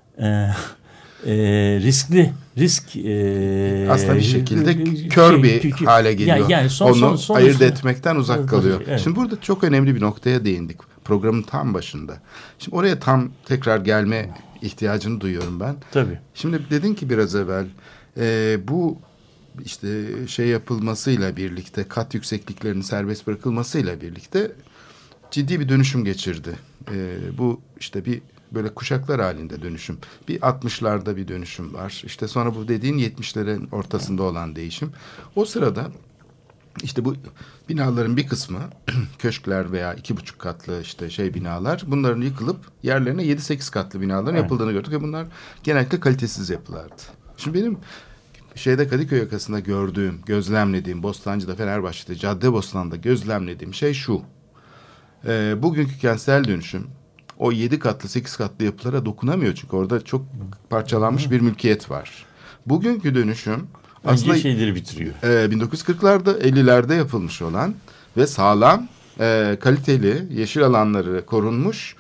risk aslında bir şekilde kör bir hale geliyor. Yani onu ayırt etmekten uzak kalıyor. Evet. Şimdi burada çok önemli bir noktaya değindik programın tam başında. Şimdi oraya tam tekrar gelme ihtiyacını duyuyorum ben. Tabii. Şimdi dedin ki biraz evvel bu işte yapılmasıyla birlikte, kat yüksekliklerinin serbest bırakılmasıyla birlikte ciddi bir dönüşüm geçirdi. Bu işte bir böyle kuşaklar halinde dönüşüm. Bir 60'larda bir dönüşüm var. İşte sonra bu dediğin 70'lerin ortasında olan değişim. O sırada işte bu binaların bir kısmı köşkler veya 2,5 katlı işte binalar, bunların yıkılıp yerlerine 7-8 katlı binaların yapıldığını gördük ve bunlar genellikle kalitesiz yapılardı. Şimdi benim Kadıköy yakasında gördüğüm, gözlemlediğim, Bostancı'da, Fenerbahçe'de, Caddebostan'da gözlemlediğim şey şu. Bugünkü kentsel dönüşüm o 7 katlı 8 katlı yapılara dokunamıyor, çünkü orada çok parçalanmış bir mülkiyet var. Bugünkü dönüşüm aslında şeyleri bitiriyor. 1940'larda 50'lerde yapılmış olan ve sağlam, kaliteli, yeşil alanları korunmuş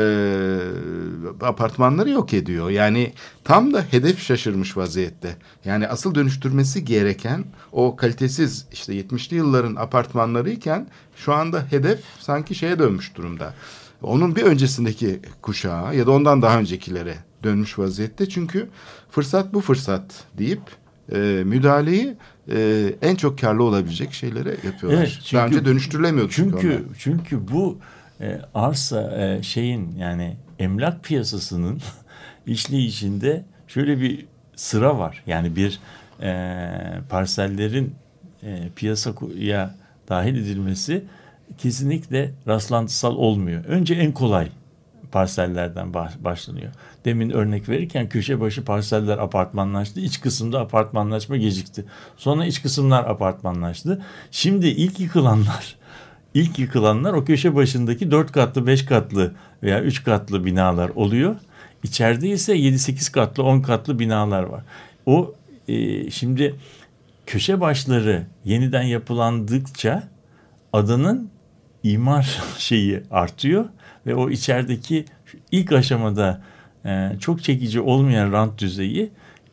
apartmanları yok ediyor. Yani tam da hedef şaşırmış vaziyette. Yani asıl dönüştürmesi gereken o kalitesiz 70'li yılların apartmanlarıyken şu anda hedef sanki şeye dönmüş durumda. Onun bir öncesindeki kuşağa ya da ondan daha öncekilere dönmüş vaziyette. Çünkü fırsat bu fırsat deyip müdahaleyi en çok karlı olabilecek şeylere yapıyorlar. Evet, çünkü, daha önce dönüştürülemiyordu. Çünkü bu arsa yani emlak piyasasının işleyişinde şöyle bir sıra var. Yani bir parsellerin piyasaya dahil edilmesi kesinlikle rastlantısal olmuyor. Önce en kolay parsellerden başlanıyor. Demin örnek verirken köşe başı parseller apartmanlaştı. İç kısımda apartmanlaşma gecikti. Sonra iç kısımlar apartmanlaştı. Şimdi ilk yıkılanlar o köşe başındaki 4 katlı, 5 katlı veya 3 katlı binalar oluyor. İçeride ise 7-8 katlı, 10 katlı binalar var. Şimdi köşe başları yeniden yapılandıkça adanın imar şeyi artıyor ve o içerideki ilk aşamada çok çekici olmayan rant düzeyi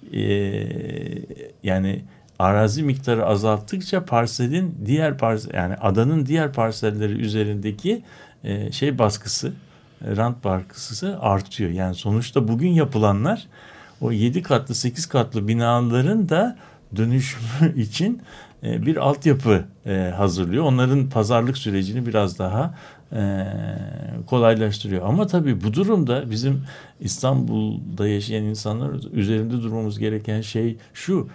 yani arazi miktarı azalttıkça parselin yani adanın diğer parselleri üzerindeki baskısı, rant baskısı artıyor. Yani sonuçta bugün yapılanlar o 7 katlı 8 katlı binaların da dönüşümü için bir altyapı hazırlıyor. Onların pazarlık sürecini biraz daha kolaylaştırıyor. Ama tabii bu durumda bizim İstanbul'da yaşayan insanlar üzerinde durmamız gereken şey şu.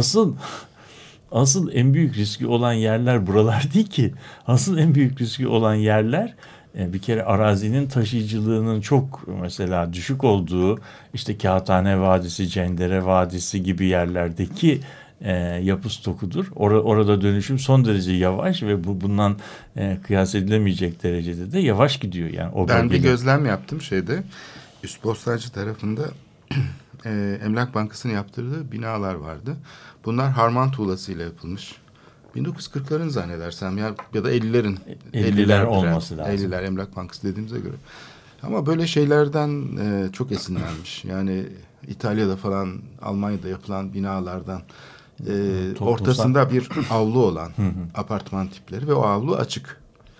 Asıl en büyük riski olan yerler buralar değil ki. Asıl en büyük riski olan yerler bir kere arazinin taşıyıcılığının çok mesela düşük olduğu Kağıthane Vadisi, Cendere Vadisi gibi yerlerdeki yapı stokudur. Orada dönüşüm son derece yavaş ve bundan kıyas edilemeyecek derecede de yavaş gidiyor. Yani ben bir gözlem yaptım Üst Bostancı tarafında Emlak Bankası'nın yaptırdığı binalar vardı. Bunlar harman tuğlasıyla yapılmış. 1940'ların zannedersem ya da 50'lerin olması lazım. 50'ler Emlak Bankası dediğimize göre. Ama böyle şeylerden çok esinlenmiş. Yani İtalya'da falan, Almanya'da yapılan binalardan ortasında bir avlu olan apartman tipleri ve o avlu açık.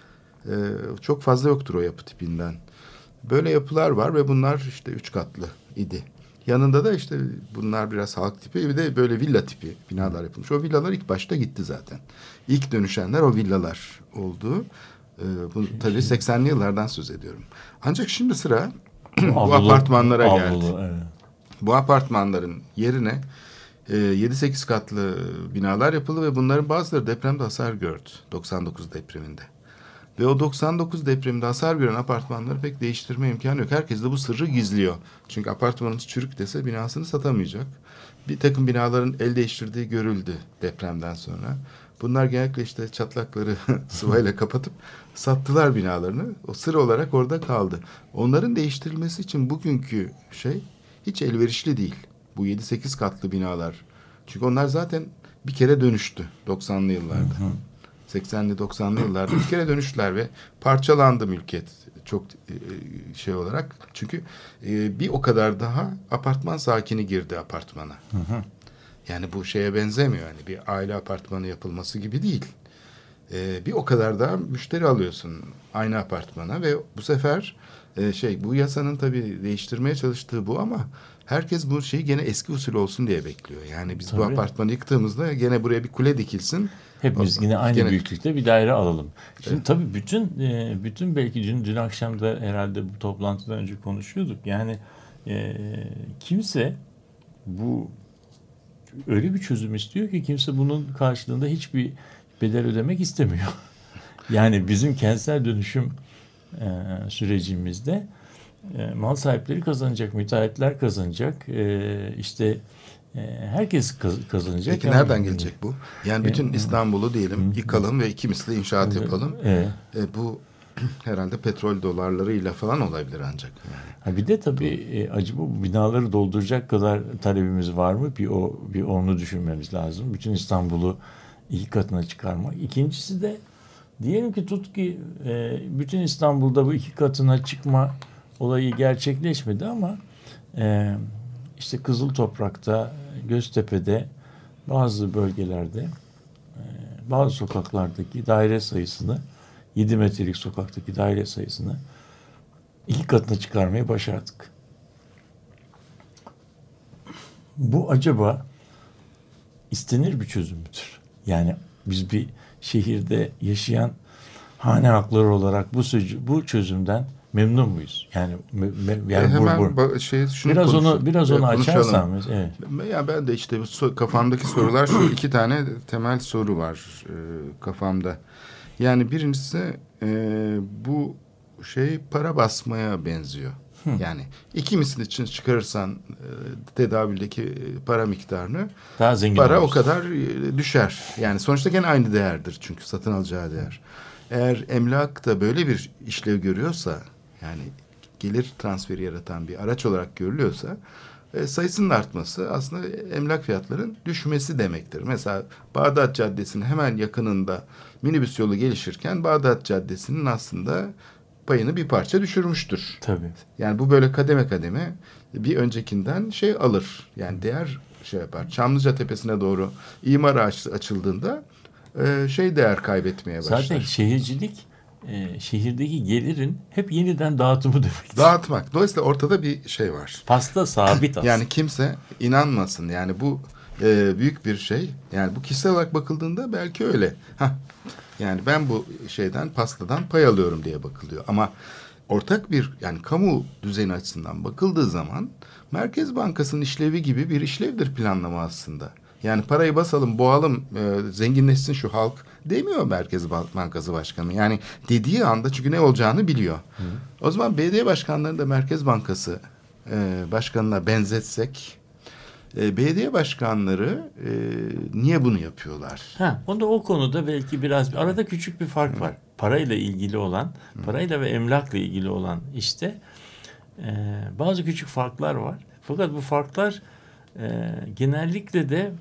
Çok fazla yoktur o yapı tipinden. Böyle yapılar var ve bunlar 3 katlı idi. Yanında da bunlar biraz halk tipi, bir de böyle villa tipi binalar yapılmış. O villalar ilk başta gitti zaten. İlk dönüşenler o villalar oldu. Bu tabii 80'li yıllardan söz ediyorum. Ancak şimdi sıra bu apartmanlara geldi. Evet. Bu apartmanların yerine 7-8 katlı binalar yapıldı ve bunların bazıları depremde hasar gördü. 99 depreminde. Ve o 99 depreminde hasar gören apartmanları pek değiştirme imkanı yok. Herkes de bu sırrı gizliyor. Çünkü apartmanımız çürük dese binasını satamayacak. Bir takım binaların el değiştirdiği görüldü depremden sonra. Bunlar genellikle çatlakları sıvayla kapatıp sattılar binalarını. O sır olarak orada kaldı. Onların değiştirilmesi için bugünkü hiç elverişli değil. Bu 7-8 katlı binalar. Çünkü onlar zaten bir kere dönüştü 90'lı yıllarda. 80'li 90'lı yıllarda bir kere dönüştüler ve parçalandı mülkiyet çok olarak. Çünkü bir o kadar daha apartman sakini girdi apartmana. Yani bu şeye benzemiyor. Yani bir aile apartmanı yapılması gibi değil. Bir o kadar da müşteri alıyorsun aynı apartmana ve bu sefer bu yasanın tabii değiştirmeye çalıştığı bu ama herkes bu şeyi gene eski usul olsun diye bekliyor. Yani biz bu Tabii. apartmanı yıktığımızda gene buraya bir kule dikilsin. Hepimiz yine aynı büyüklükte bir daire alalım. Şimdi tabii bütün belki dün akşam da herhalde bu toplantıdan önce konuşuyorduk. Yani kimse bu öyle bir çözüm istiyor ki kimse bunun karşılığında hiçbir bedel ödemek istemiyor. Yani bizim kentsel dönüşüm sürecimizde mal sahipleri kazanacak, müteahhitler kazanacak, herkes kazanacak. Peki nereden gelecek bu? Yani bütün İstanbul'u diyelim yıkalım ve iki misli inşaat yapalım. Bu herhalde petrol dolarlarıyla falan olabilir ancak. Yani. Bir de tabii acaba bu binaları dolduracak kadar talebimiz var mı? Bir onu düşünmemiz lazım. Bütün İstanbul'u iki katına çıkarmak. İkincisi de diyelim ki tut ki bütün İstanbul'da bu iki katına çıkma olayı gerçekleşmedi ama işte Kızıl Toprak'ta, Göztepe'de bazı bölgelerde bazı sokaklardaki daire sayısını 7 metrelik sokaktaki daire sayısını iki katına çıkarmayı başardık. Bu acaba istenir bir çözüm müdür? Yani biz bir şehirde yaşayan hane halkları olarak bu çözümden memnun muyuz? Yani hemen biraz onu açarsan. Evet. Ya ben de işte kafamdaki sorular şu iki tane temel soru var kafamda. Yani birincisi bu para basmaya benziyor. Yani iki misli için çıkarırsan tedavüldeki para miktarını daha zengin para olursun. o kadar düşer. Yani sonuçta gene aynı değerdir çünkü satın alacağı değer. Eğer emlak da böyle bir işlev görüyorsa yani gelir transferi yaratan bir araç olarak görülüyorsa sayısının artması aslında emlak fiyatların düşmesi demektir. Mesela Bağdat Caddesi'nin hemen yakınında minibüs yolu gelişirken Bağdat Caddesi'nin aslında payını bir parça düşürmüştür. Tabii. Yani bu böyle kademe kademe bir öncekinden alır. Yani değer yapar. Çamlıca Tepesi'ne doğru imar açıldığında değer kaybetmeye başlar. Zaten şehircilik şehirdeki gelirin hep yeniden dağıtımı demektir. Dağıtmak. Dolayısıyla ortada bir var. Pasta sabit aslında. Yani kimse inanmasın. Yani bu büyük bir şey. Yani bu kişisel olarak bakıldığında belki öyle. Yani ben bu pastadan pay alıyorum diye bakılıyor. Ama ortak bir kamu düzeni açısından bakıldığı zaman Merkez Bankası'nın işlevi gibi bir işlevdir planlama aslında. Yani parayı basalım, boğalım, zenginleşsin şu halk demiyor Merkez Bankası Başkanı. Yani dediği anda çünkü ne olacağını biliyor. O zaman belediye başkanlarını da Merkez Bankası başkanına benzetsek, belediye başkanları niye bunu yapıyorlar? O konuda belki biraz arada küçük bir fark var. Parayla ilgili olan, parayla ve emlakla ilgili olan bazı küçük farklar var. Fakat bu farklar genellikle de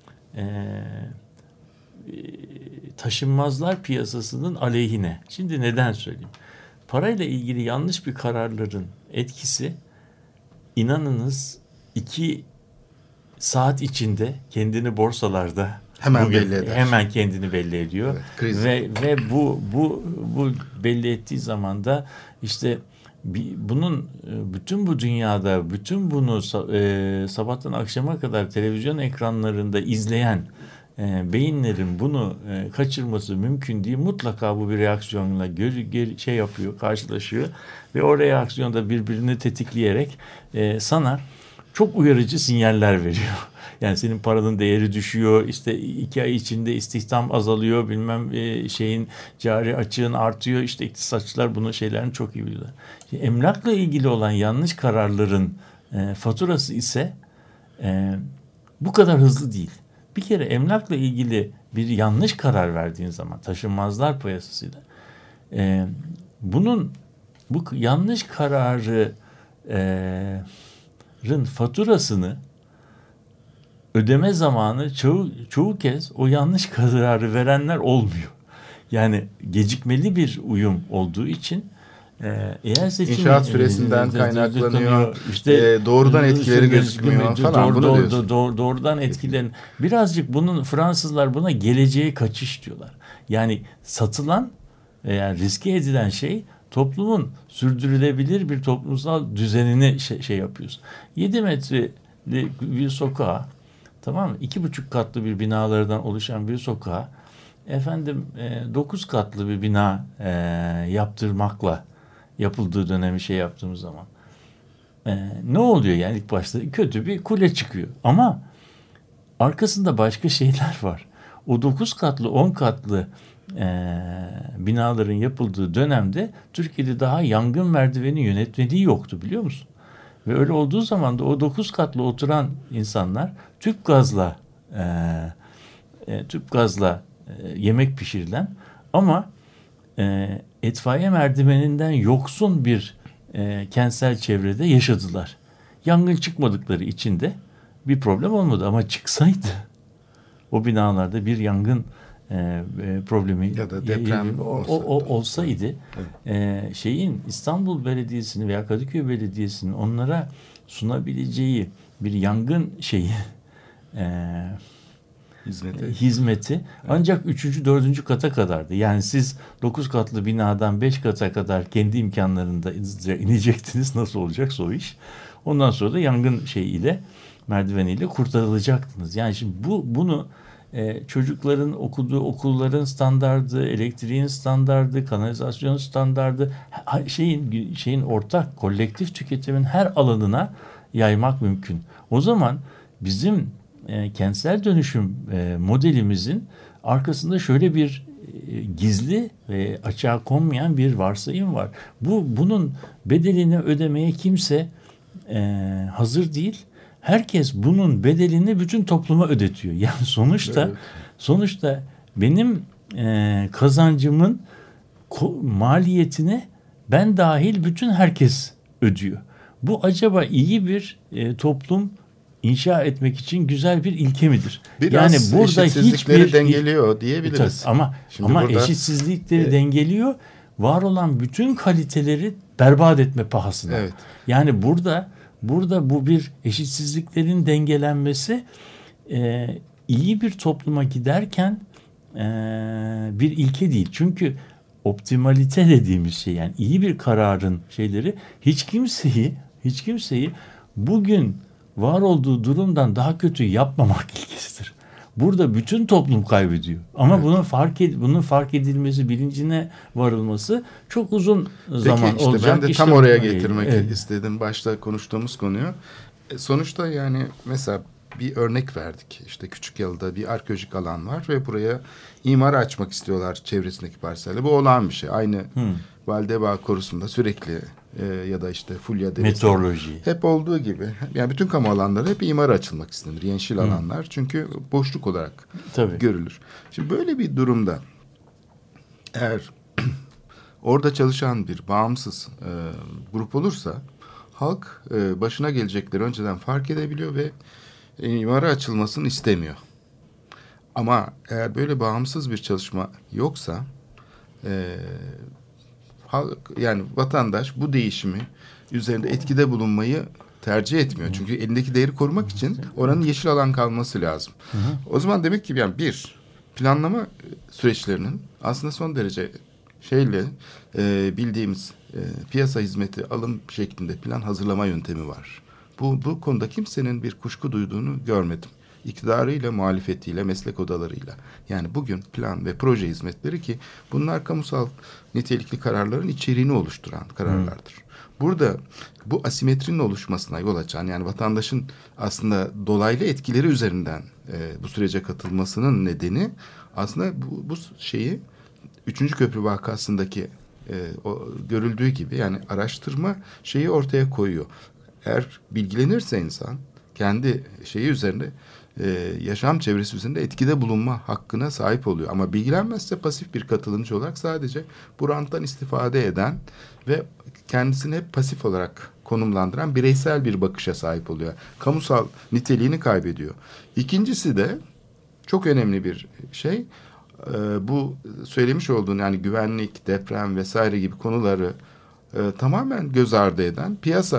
taşınmazlar piyasasının aleyhine. Şimdi neden söyleyeyim? Parayla ilgili yanlış bir kararların etkisi inanınız 2 saat içinde kendini borsalarda hemen kendini belli ediyor. Evet, ve bu belli ettiği zaman da bunun bütün bu dünyada bütün bunu sabahtan akşama kadar televizyon ekranlarında izleyen beyinlerin bunu kaçırması mümkün değil. Mutlaka bu bir reaksiyonla karşılaşıyor ve o reaksiyonda birbirini tetikleyerek sana çok uyarıcı sinyaller veriyor. Yani senin paranın değeri düşüyor, 2 ay içinde istihdam azalıyor, cari açığın artıyor, iktisatçılar bunun şeylerini çok iyi biliyorlar. Emlakla ilgili olan yanlış kararların faturası ise bu kadar hızlı değil. Bir kere emlakla ilgili bir yanlış karar verdiğin zaman taşınmazlar piyasasıyla bu yanlış kararın faturasını ödeme zamanı çoğu kez o yanlış kararı verenler olmuyor. Yani gecikmeli bir uyum olduğu için eğer seçim İnşaat süresinden kaynaklanıyor, doğrudan etkileri gözükmüyor falan. Doğrudan etkilerin birazcık Fransızlar buna geleceğe kaçış diyorlar. Yani satılan veya riske edilen şey toplumun sürdürülebilir bir toplumsal düzenini şey yapıyoruz. 7 metre bir sokağa, tamam mı? 2,5 katlı bir binalardan oluşan bir sokağa 9 katlı bir bina yaptırmakla yapıldığı dönemi şey yaptığımız zaman ne oluyor yani ilk başta? Kötü bir kule çıkıyor. Ama arkasında başka şeyler var. O 9 katlı 10 katlı binaların yapıldığı dönemde Türkiye'de daha yangın merdiveni yönetmeliği yoktu, biliyor musun? Ve öyle olduğu zaman da o 9 katlı oturan insanlar tüp gazla yemek pişirilen ama itfaiye merdiveninden yoksun bir kentsel çevrede yaşadılar. Yangın çıkmadıkları için de bir problem olmadı, ama çıksaydı o binalarda bir yangın problemi ya da deprem olsaydı İstanbul Belediyesi'nin veya Kadıköy Belediyesi'nin onlara sunabileceği bir yangın hizmeti ancak 3. 4. kata kadardı. Yani siz 9 katlı binadan 5 kata kadar kendi imkanlarında inecektiniz. Nasıl olacaksa o iş. Ondan sonra da yangın merdiveniyle kurtarılacaktınız. Yani şimdi bunu çocukların okuduğu okulların standardı, elektriğin standardı, kanalizasyon standardı, şeyin ortak kolektif tüketimin her alanına yaymak mümkün. O zaman bizim kentsel dönüşüm modelimizin arkasında şöyle bir gizli ve açığa konmayan bir varsayım var. Bunun bedelini ödemeye kimse hazır değil. Herkes bunun bedelini bütün topluma ödetiyor. Yani sonuçta benim kazancımın maliyetini ben dahil bütün herkes ödüyor. Bu acaba iyi bir toplum inşa etmek için güzel bir ilke midir? Biraz yani burada eşitsizlikleri dengeliyor diyebiliriz. Ama burada eşitsizlikleri dengeliyor. Var olan bütün kaliteleri berbat etme pahasına. Evet. Yani burada bu bir eşitsizliklerin dengelenmesi iyi bir topluma giderken bir ilke değil. Çünkü optimalite dediğimiz şey, yani iyi bir kararın şeyleri hiç kimseyi bugün var olduğu durumdan daha kötü yapmamak ilkesidir. Burada bütün toplum kaybediyor. Ama evet. bunun fark edilmesi, bilincine varılması çok uzun zaman olacak. Ben de tam oraya getirmek istedim başta konuştuğumuz konuyu. Sonuçta yani mesela bir örnek verdik. İşte Küçükyalı'da bir arkeolojik alan var ve buraya imar açmak istiyorlar çevresindeki parselde. Bu olağan bir şey. Aynı Validebağ Korusu'nda sürekli ya da işte Fulya Deresi. Meteoroloji. Hep olduğu gibi. Yani bütün kamu alanları hep imara açılmak istenir. Yeşil alanlar. Çünkü boşluk olarak görülür. Şimdi böyle bir durumda eğer orada çalışan bir bağımsız grup olursa halk başına gelecekleri önceden fark edebiliyor ve imara açılmasını istemiyor. Ama eğer böyle bağımsız bir çalışma yoksa yani vatandaş bu değişimi üzerinde etkide bulunmayı tercih etmiyor. Çünkü elindeki değeri korumak için oranın yeşil alan kalması lazım. O zaman demek ki yani bir planlama süreçlerinin aslında son derece bildiğimiz piyasa hizmeti alım şeklinde plan hazırlama yöntemi var. Bu konuda kimsenin bir kuşku duyduğunu görmedim. İktidarıyla, muhalefetiyle, meslek odalarıyla. Yani bugün plan ve proje hizmetleri ki bunlar kamusal nitelikli kararların içeriğini oluşturan kararlardır. Burada bu asimetrinin oluşmasına yol açan, yani vatandaşın aslında dolaylı etkileri üzerinden bu sürece katılmasının nedeni aslında bu şeyi 3. köprü vakasındaki görüldüğü gibi, yani araştırma şeyi ortaya koyuyor. Eğer bilgilenirse insan kendi şeyi üzerinde yaşam çevresi üzerinde etkide bulunma hakkına sahip oluyor. Ama bilgilenmezse pasif bir katılımcı olarak sadece bu ranttan istifade eden ve kendisini hep pasif olarak konumlandıran bireysel bir bakışa sahip oluyor. Kamusal niteliğini kaybediyor. İkincisi de çok önemli bir şey, bu söylemiş olduğun yani güvenlik, deprem vesaire gibi konuları tamamen göz ardı eden, piyasa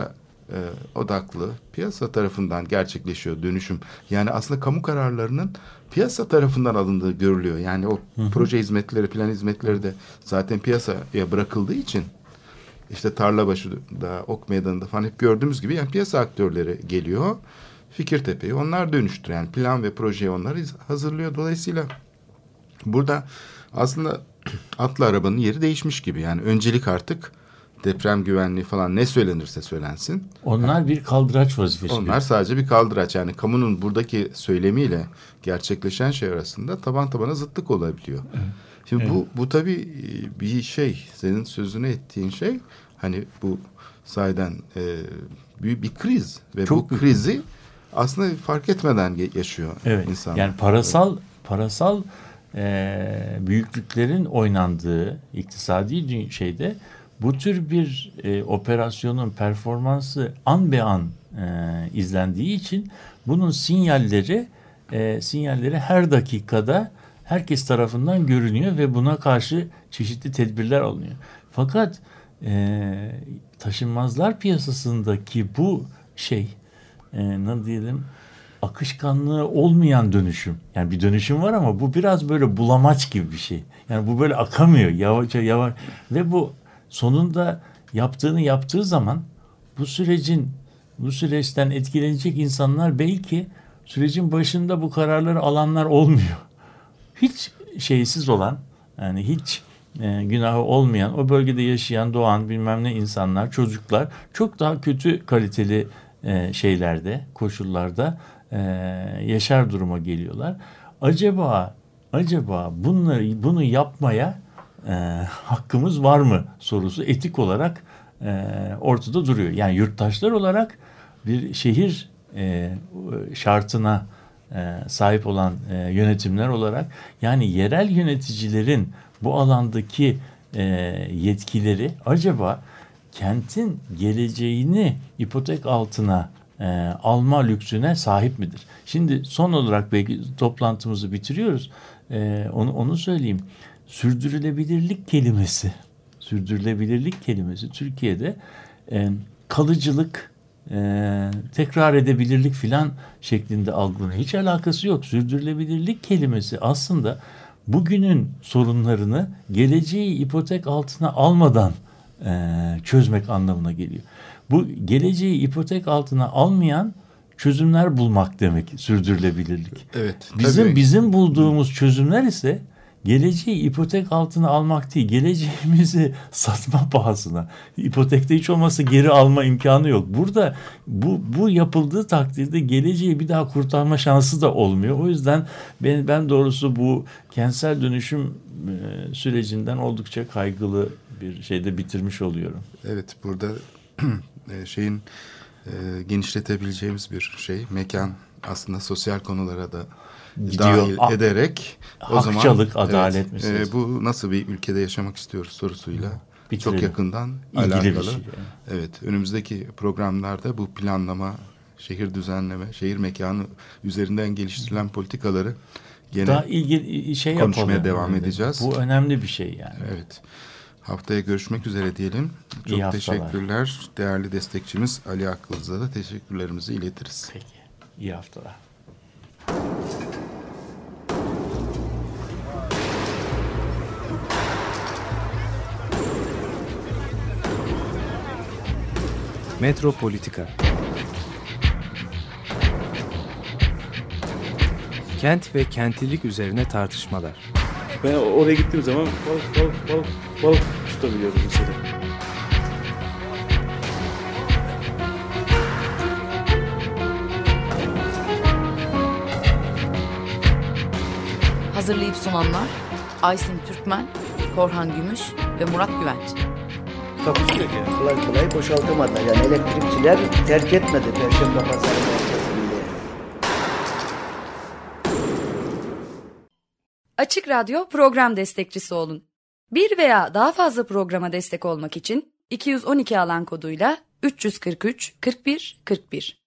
odaklı piyasa tarafından gerçekleşiyor dönüşüm. Yani aslında kamu kararlarının piyasa tarafından alındığı görülüyor. Yani o proje hizmetleri, plan hizmetleri de zaten piyasaya bırakıldığı için işte Tarlabaşı'da, Ok Meydanı'nda falan hep gördüğümüz gibi yani piyasa aktörleri geliyor. Fikirtepe'yi onlar dönüştürüyor. Yani plan ve projeyi onlar hazırlıyor. Dolayısıyla burada aslında atlı arabanın yeri değişmiş gibi. Yani öncelik artık deprem güvenliği falan ne söylenirse söylensin. Onlar bir kaldıraç vazifesi. Onlar sadece bir kaldıraç. Yani kamunun buradaki söylemiyle gerçekleşen şey arasında taban tabana zıtlık olabiliyor. Evet. Şimdi evet. Bu tabii bir şey. Senin sözünü ettiğin şey hani bu sayeden büyük bir kriz ve çok bu krizi aslında fark etmeden yaşıyor insanlar. Yani parasal büyüklüklerin oynandığı iktisadi şeyde bu tür bir operasyonun performansı an be an izlendiği için bunun sinyalleri her dakikada herkes tarafından görünüyor ve buna karşı çeşitli tedbirler alınıyor. Fakat taşınmazlar piyasasındaki bu ne diyelim akışkanlığı olmayan dönüşüm. Yani bir dönüşüm var ama bu biraz böyle bulamaç gibi bir şey. Yani bu böyle akamıyor yavaş ve bu sonunda yaptığı zaman bu süreçten etkilenecek insanlar belki sürecin başında bu kararları alanlar olmuyor. Hiç şeysiz olan yani hiç günahı olmayan o bölgede yaşayan doğan bilmem ne insanlar, çocuklar çok daha kötü kaliteli koşullarda yaşar duruma geliyorlar. Acaba bunu yapmaya hakkımız var mı sorusu etik olarak ortada duruyor. Yani yurttaşlar olarak bir şehir şartına sahip olan yönetimler olarak yani yerel yöneticilerin bu alandaki yetkileri acaba kentin geleceğini ipotek altına alma lüksüne sahip midir? Şimdi son olarak belki toplantımızı bitiriyoruz. Onu söyleyeyim. Sürdürülebilirlik kelimesi Türkiye'de kalıcılık, tekrar edebilirlik filan şeklinde algılanıyor. Hiç alakası yok. Sürdürülebilirlik kelimesi aslında bugünün sorunlarını geleceği ipotek altına almadan çözmek anlamına geliyor. Bu geleceği ipotek altına almayan çözümler bulmak demek sürdürülebilirlik. Evet. Bizim bulduğumuz çözümler ise geleceği ipotek altına almak değil, geleceğimizi satma pahasına. İpotekte hiç olmazsa geri alma imkanı yok. Burada bu yapıldığı takdirde geleceği bir daha kurtarma şansı da olmuyor. O yüzden ben doğrusu bu kentsel dönüşüm sürecinden oldukça kaygılı bir şeyde bitirmiş oluyorum. Evet, burada genişletebileceğimiz bir mekan aslında sosyal konulara da dahil ederek o zaman hakçılık, adalet meselesi. Bu nasıl bir ülkede yaşamak istiyoruz sorusuyla bitirelim. Çok yakından İlgili alakalı. Bir şey yani. Evet, önümüzdeki programlarda bu planlama, şehir düzenleme, şehir mekanı üzerinden geliştirilen politikaları gene daha ilgili konuşmaya devam edeceğiz. Bu önemli bir şey yani. Evet. Haftaya görüşmek üzere diyelim. Çok teşekkürler. Değerli destekçimiz Ali Akıllı'za da teşekkürlerimizi iletiriz. Peki. İyi haftalar. Metropolitika. Kent ve kentlilik üzerine tartışmalar. Ben oraya gittiğim zaman balık tutabiliyorum mesela. Hazırlayıp sunanlar Aysin Türkmen, Korhan Gümüş ve Murat Güvenç. Takusuyor ki. Kolay kolay boşaltamadılar. Yani elektrikçiler terk etmedi Perşembe Pazarı merkezinde. Açık Radyo program destekçisi olun. Bir veya daha fazla programa destek olmak için 212 alan koduyla 343 41 41